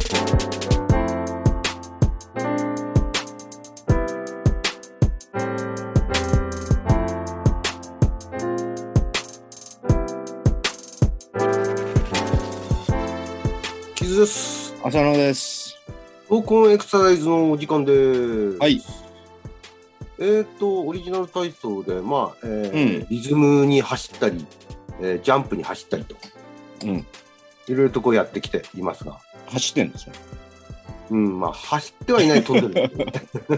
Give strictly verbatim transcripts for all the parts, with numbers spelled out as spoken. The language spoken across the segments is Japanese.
キズです。 浅野です。 トークンエクササイズのお時間です。 はい。 えーと、オリジナル体操で、まあ、えーうん、リズムに走ったり、えー、ジャンプに走ったりと、うん、いろいろとこうやってきていますが。 走ってんですよ。 うん、まあ、走ってはいない、飛んでるんですよね。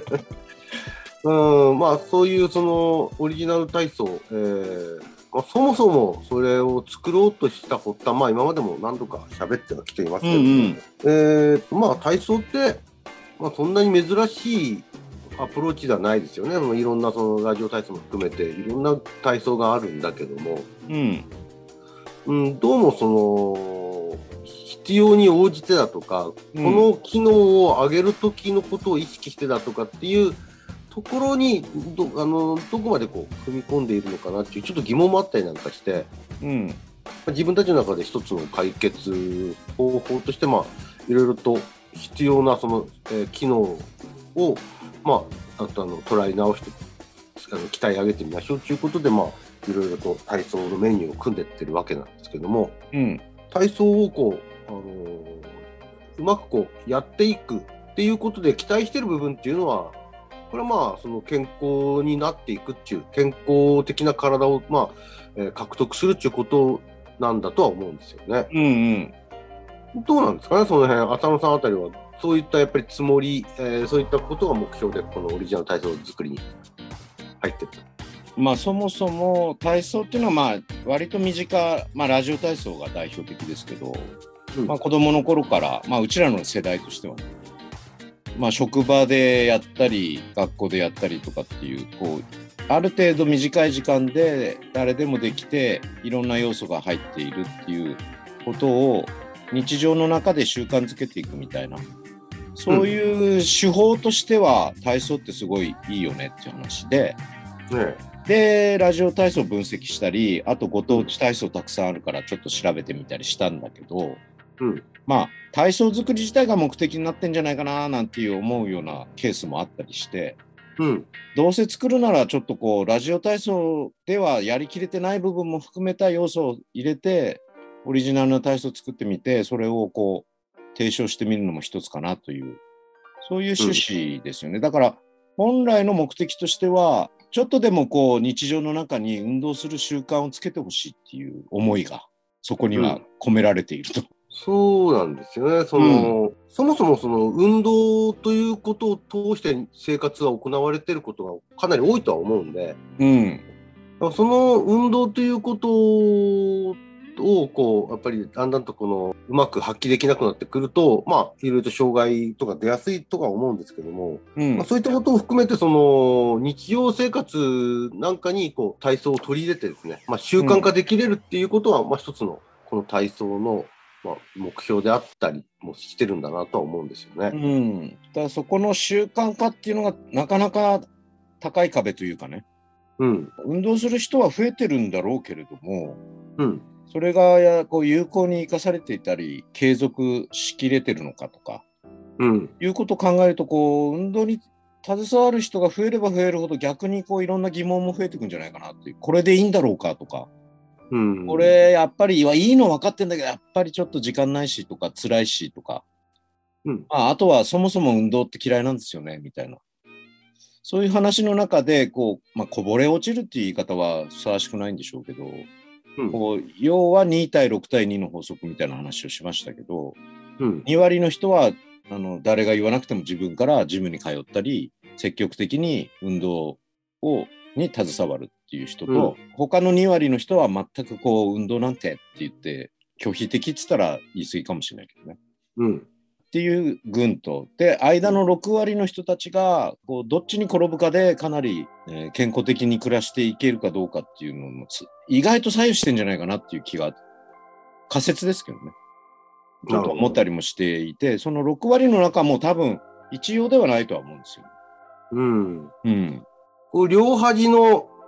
うん、まあ、そういうそのオリジナル体操、えーまあ、そもそもそれを作ろうとした発端、まあ、今までも何度か喋ってはきていますけども、うんうん、えー、まあ、体操って、まあ、そんなに珍しいアプローチではないですよね。いろんなそのラジオ体操も含めていろんな体操があるんだけども、うんうん、どうもその必要に応じてだとか、うん、この機能を上げる時のことを意識してだとかっていうところに ど, あのどこまでこう踏み込んでいるのかなっていうちょっと疑問もあったりなんかして、うん、自分たちの中で一つの解決方法として、まあ、いろいろと必要なその、えー、機能を、まあ、あとあの捉え直してあの鍛え上げてみましょうということで、まあ、いろいろと体操のメニューを組んでいってるわけなんですけども、うん、体操をこう、あのー、うまくこうやっていくっていうことで期待してる部分っていうのはこれはまあその健康になっていくっていう健康的な体をまあ、えー、獲得するっていうことなんだとは思うんですよね。うんうん、どうなんですかね、その辺浅野さんあたりはそういったやっぱりつもり、えー、そういったことが目標でこのオリジナル体操作りに入ってると。 まあそもそも体操っていうのはまあ割と身近、まあ、ラジオ体操が代表的ですけど、うんまあ、子供の頃から、まあ、うちらの世代としてはねまあ、職場でやったり学校でやったりとかっていうこうある程度短い時間で誰でもできていろんな要素が入っているっていうことを日常の中で習慣づけていくみたいなそういう手法としては体操ってすごいいいよねっていう話で、ね、でラジオ体操分析したりあとご当地体操たくさんあるからちょっと調べてみたりしたんだけど、うんまあ体操作り自体が目的になってんじゃないかななんていう思うようなケースもあったりして、うん、どうせ作るならちょっとこうラジオ体操ではやりきれてない部分も含めた要素を入れてオリジナルな体操を作ってみてそれをこう提唱してみるのも一つかなというそういう趣旨ですよね、うん、だから本来の目的としてはちょっとでもこう日常の中に運動する習慣をつけてほしいっていう思いがそこには込められていると、うんそうなんですよね。その、うん、そもそもその運動ということを通して生活が行われていることがかなり多いとは思うんで、うん、その運動ということをこうやっぱりだんだんとこのうまく発揮できなくなってくると、まあいろいろと障害とか出やすいとか思うんですけども、うんまあ、そういったことを含めてその日常生活なんかにこう体操を取り入れてですね、まあ、習慣化できれるっていうことは、まあ一つのこの体操のまあ、目標であったりもしてるんだなとは思うんですよね。 うん、だからそこの習慣化っていうのがなかなか高い壁というかね、うん、運動する人は増えてるんだろうけれども、うん、それがこう有効に生かされていたり継続しきれてるのかとか、うん、いうことを考えるとこう運動に携わる人が増えれば増えるほど逆にこういろんな疑問も増えていくんじゃないかなっていうこれでいいんだろうかとか。うん、これやっぱりいいの分かってんだけどやっぱりちょっと時間ないしとか辛いしとか、うんまあ、あとはそもそも運動って嫌いなんですよねみたいなそういう話の中でこう、まあ、こぼれ落ちるっていう言い方はふさわしくないんでしょうけど、うん、こう要はに対ろく対にの法則みたいな話をしましたけど、うん、に割の人はあの誰が言わなくても自分からジムに通ったり積極的に運動をに携わるっていう人と、うん、他のに割の人は全くこう運動なんてって言って拒否的って言ったら言い過ぎかもしれないけどね、うん、っていう群とで間のろく割の人たちがこうどっちに転ぶかでかなり、えー、健康的に暮らしていけるかどうかっていうのも意外と左右してんじゃないかなっていう気が仮説ですけどねちょっと思ったりもしていてそのろく割の中も多分一様ではないとは思うんですよ。 うん、うんこう両端の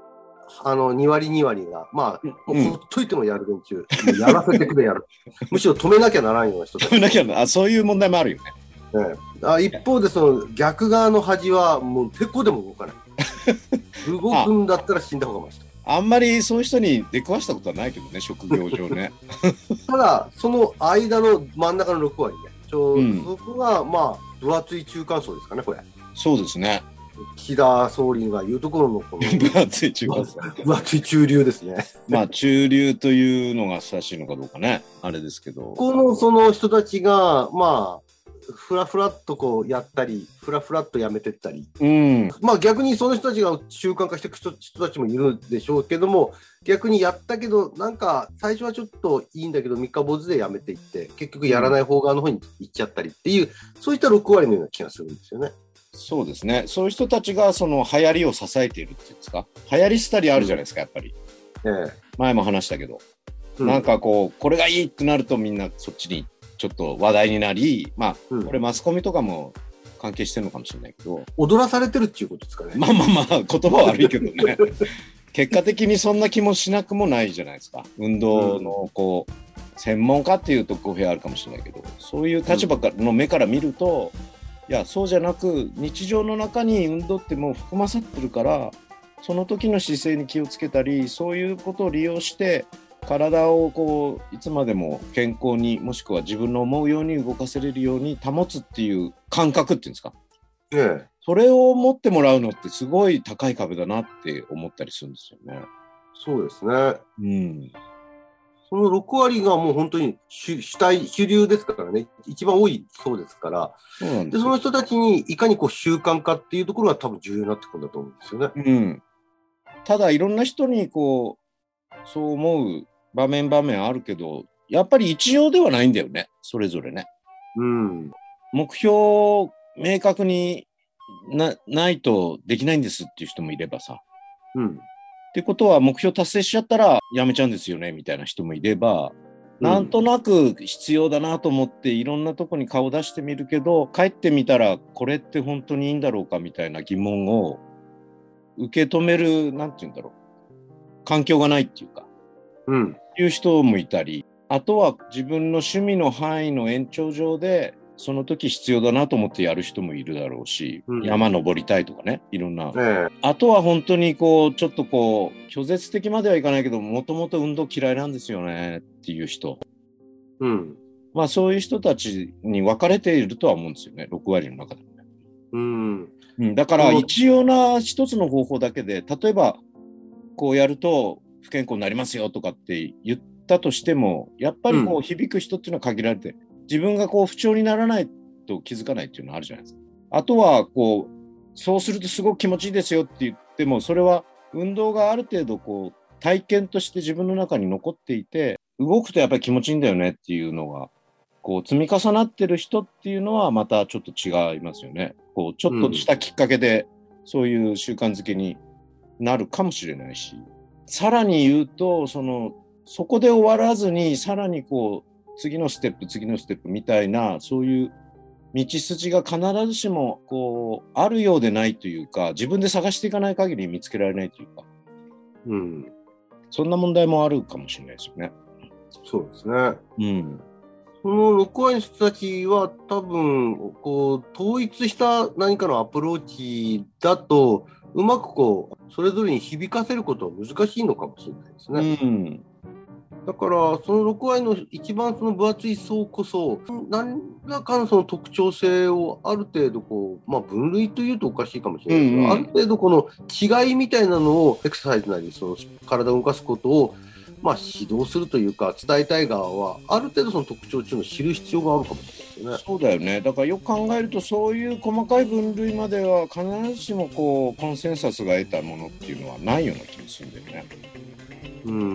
あのに割に割が、まあ、もうほっといてもやる連中、うん、やらせてくれやる。むしろ止めなきゃならんような人たち。 止めなきゃな、あ、そういう問題もあるよね。 ね、あ一方でその逆側の端はもうてこでも動かない。動くんだったら死んだ方がましと。 あんまりそういう人に出くわしたことはないけどね、職業上ね。 ただその間の真ん中のろく割ね、ちょ、うん、そこがまあ分厚い中間層ですかね、これ。 そうですね。 岸田総理が言うところのこの分厚い中間層、 分厚い中流ですね。 まあ中流というのがふさわしいのかどうかね、あれですけど。 このその人たちがまあふらふらっとこうやったり、ふらふらっとやめてったり、うん、まあ逆にその人たちが習慣化していく人たちもいるでしょうけども、逆にやったけどなんか最初はちょっといいんだけど三日坊主でやめていって結局やらない方側の方に行っちゃったりっていう、そういったろく割のような気がするんですよね。 そうですね。そういう人たちがその流行りを支えているっていうんですか、流行りしたりあるじゃないですか、やっぱり、ええ、前も話したけど、うん、なんかこうこれがいいってなるとみんなそっちにちょっと話題になり、まあ、うん、これマスコミとかも関係してるのかもしれないけど、 踊らされてるっていうことですかね。 まあまあまあ言葉は悪いけどね。結果的にそんな気もしなくもないじゃないですか。運動のこう、うん、専門家っていうと語弊あるかもしれないけど、そういう立場の目から見ると、いやそうじゃなく日常の中に運動ってもう含まさってるから、その時の姿勢に気をつけたり、そういうことを利用して体をこういつまでも健康に、もしくは自分の思うように動かせれるように保つっていう感覚っていうんですか、ええ、それを持ってもらうのってすごい高い壁だなって思ったりするんですよね。 そうですね、うん、そのろく割がもう本当に 主, 主体主流ですからね、一番多いそうですから、そうなんですよ。でその人たちにいかにこう習慣化っていうところが多分重要になってくるんだと思うんですよね、うん、 ただいろんな人にこうそう思う場面場面あるけど、やっぱり一様ではないんだよね、それぞれね、うん、目標明確に な, ないとできないんですっていう人もいればさ、うん、ってことは目標達成しちゃったらやめちゃうんですよねみたいな人もいれば、うん、なんとなく必要だなと思っていろんなとこに顔出してみるけど、帰ってみたらこれって本当にいいんだろうかみたいな疑問を受け止める、なんていうんだろう、環境がないっていうか、うん、いう人もいたり、あとは自分の趣味の範囲の延長上でその時必要だなと思ってやる人もいるだろうし、うん、山登りたいとかね、いろんな、ええ、あとは本当にこうちょっとこう拒絶的まではいかないけど、もともと運動嫌いなんですよねっていう人、うん、まあそういう人たちに分かれているとは思うんですよね、ろく割の中でもね、うんうん、だから一様な一つの方法だけで、例えばこうやると不健康になりますよとかって言ったとしても、やっぱりこう響く人っていうのは限られて、うん、自分がこう不調にならないと気づかないっていうのはあるじゃないですか。あとはこうそうするとすごく気持ちいいですよって言っても、それは運動がある程度こう体験として自分の中に残っていて、動くとやっぱり気持ちいいんだよねっていうのがこう積み重なってる人っていうのはまたちょっと違いますよね。こうちょっとしたきっかけでそういう習慣づけになるかもしれないし、さらに言うとそのそこで終わらずにさらにこう次のステップ次のステップみたいな、そういう道筋が必ずしもこうあるようでないというか、自分で探していかない限り見つけられないというか、うん、そんな問題もあるかもしれないですよね。 そうですね、うん、そのろく割の人たちは多分こう統一した何かのアプローチだとうまくこうそれぞれに響かせることは難しいのかもしれないですね、うん、だからそのろく割の一番その分厚い層こそ何らかのその特徴性をある程度こう、まあ、分類というとおかしいかもしれないですが、うんうん、ある程度この違いみたいなのをエクササイズなりその体を動かすことをまあ指導するというか伝えたい側はある程度その特徴っていうのを知る必要があるかもしれないですね。 そうだよね。だからよく考えるとそういう細かい分類までは必ずしもこうコンセンサスが得たものっていうのはないような気がするんだよね。うん、うん、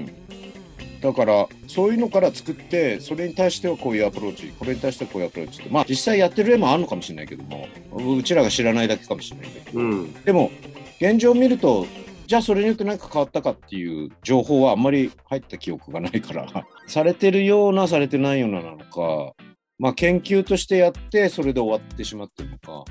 だからそういうのから作って、それに対してはこういうアプローチ、これに対してはこういうアプローチって、まあ実際やってる例もあるのかもしれないけども、うちらが知らないだけかもしれないんだけど、うん、でも現状を見るとじゃあそれによって何か変わったかっていう情報はあんまり入った記憶がないからされてるようなされてないようななのか、まあ研究としてやってそれで終わってしまってるのか、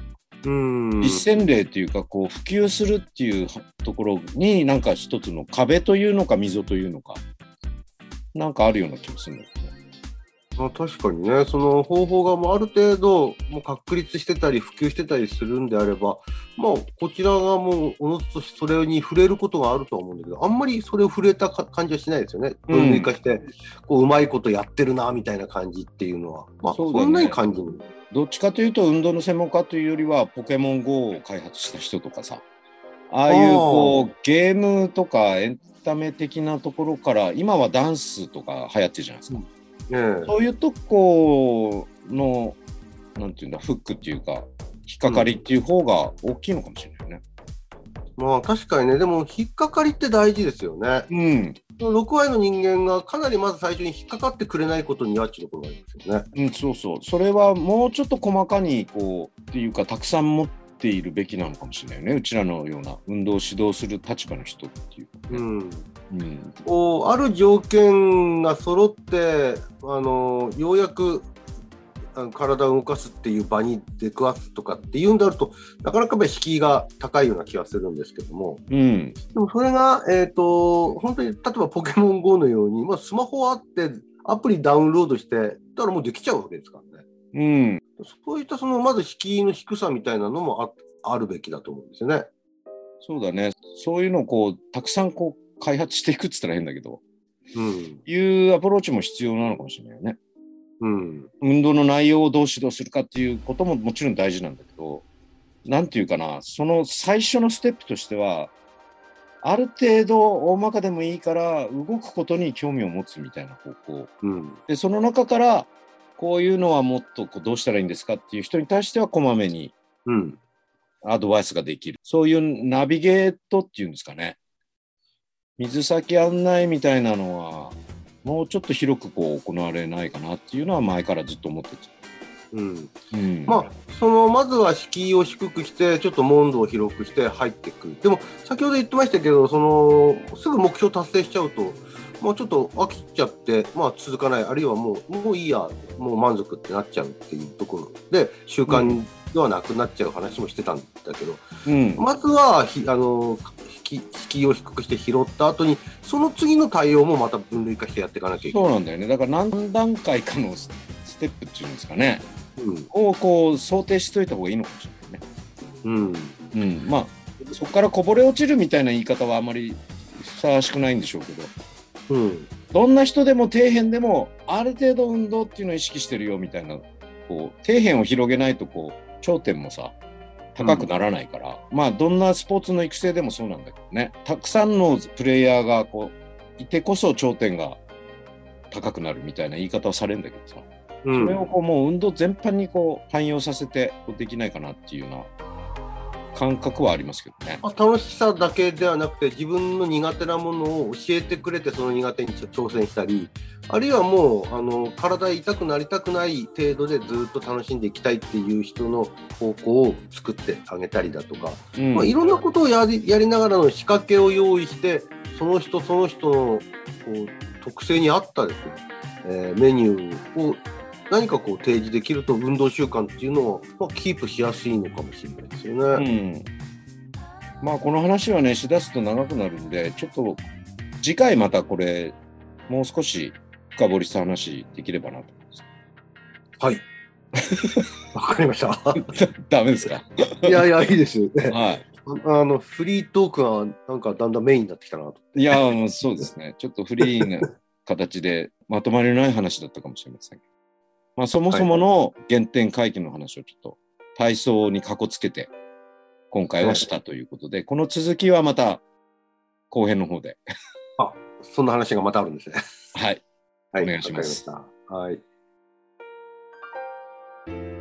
うん実践例っていうかこう普及するっていうところになんか一つの壁というのか溝というのかなんかあるような気がするんだけどね。 まあ、確かにね、その方法がもうある程度もう確立してたり普及してたりするんであれば、まあ、こちらがもうおのずとそれに触れることがあるとは思うんだけど、あんまりそれを触れた感じはしないですよね。分類化して、こう、うまいことやってるなみたいな感じっていうのは、まあ、そんなに感じる。 どっちかというと運動の専門家というよりはポケモン ゴー を開発した人とかさ、ああいうこうゲームとかエンタメ的なところから今はダンスとか流行ってるじゃないですか。うん、そういうとこのなんていうんだフックっていうか引っかかりっていう方が大きいのかもしれないね。 うん、まあ確かにね、でも引っかかりって大事ですよね。うん。ろくわいの人間がかなりまず最初に引っかかってくれないことにはっていうところがありますよね。 うん、そうそう。それはもうちょっと細かにこうっていうかたくさん持っているべきなのかもしれないよね。うちらのような運動を指導する立場の人っていうかね。うんうん、こうある条件が揃ってあのようやく体を動かすっていう場に出くわすとかっていうんであるとなかなか敷居が高いような気がするんですけども、うん、でもそれが、えーと、本当に例えばポケモン ゴー のように、まあ、スマホあってアプリダウンロードしてだからもうできちゃうわけですからね、うん、そういったそのまず敷居の低さみたいなのも あ, あるべきだと思うんですよね。 そうだね。そういうのをこうたくさんこう開発していくって言ったら変だけど、うん、いうアプローチも必要なのかもしれないよね。うん、運動の内容をどう指導するかっていうことももちろん大事なんだけど、なんていうかな、その最初のステップとしてはある程度大まかでもいいから動くことに興味を持つみたいな方向、うん、でその中からこういうのはもっとこうどうしたらいいんですかっていう人に対してはこまめにアドバイスができる、そういうナビゲートっていうんですかね、水先案内みたいなのはもうちょっと広くこう行われないかなっていうのは前からずっと思ってた。うんうん、まあそのまずは敷居を低くしてちょっと門戸を広くして入っていく。でも先ほど言ってましたけど、そのすぐ目標達成しちゃうともうちょっと飽きちゃって、まあ、続かない、あるいはもうもういいや、もう満足ってなっちゃうっていうところで習慣ではなくなっちゃう話もしてたんだけど、うん、まずはひあの敷居を低くして拾った後にその次の対応もまた分類化してやっていかなきゃいけない。 そうなんだよね。だから何段階かのステップっていうんですかね、うん、をこう想定しといた方がいいのかもしれないね。うん、うん、まあそこからこぼれ落ちるみたいな言い方はあまりふさわしくないんでしょうけど、うん、どんな人でも底辺でもある程度運動っていうのを意識してるよみたいな、こう底辺を広げないとこう頂点もさ高くならないから、うん、まあどんなスポーツの育成でもそうなんだけどね、たくさんのプレイヤーがこういてこそ頂点が高くなるみたいな言い方をされるんだけどさ、うん、それをこうもう運動全般にこう汎用させてできないかなっていうような感覚はありますけどね。 楽しさだけではなくて自分の苦手なものを教えてくれてその苦手に挑戦したり、あるいはもうあの体痛くなりたくない程度でずっと楽しんでいきたいっていう人の方向を作ってあげたりだとか、うんまあ、いろんなことをやり、やりながらの仕掛けを用意してその人その人のこう特性に合ったですね、えー、メニューを何かこう提示できると運動習慣っていうのを、まあ、キープしやすいのかもしれないですよね。 うん、まあこの話はねしだすと長くなるんでちょっと次回またこれもう少し深掘りした話できればなと思います。 はい。わかりました。 ダメですか？ いやいやいいですよね。はい。あのフリートークがなんかだんだんメインになってきたなと。 いやそうですね。ちょっとフリーな形でまとまりのない話だったかもしれません。まあ、そもそもの原点回帰の話をちょっと体操にかこつけて今回はしたということで、はい、この続きはまた後編の方で。 あ、そんな話がまたあるんですね。 はい。はい、お願いします。 はい。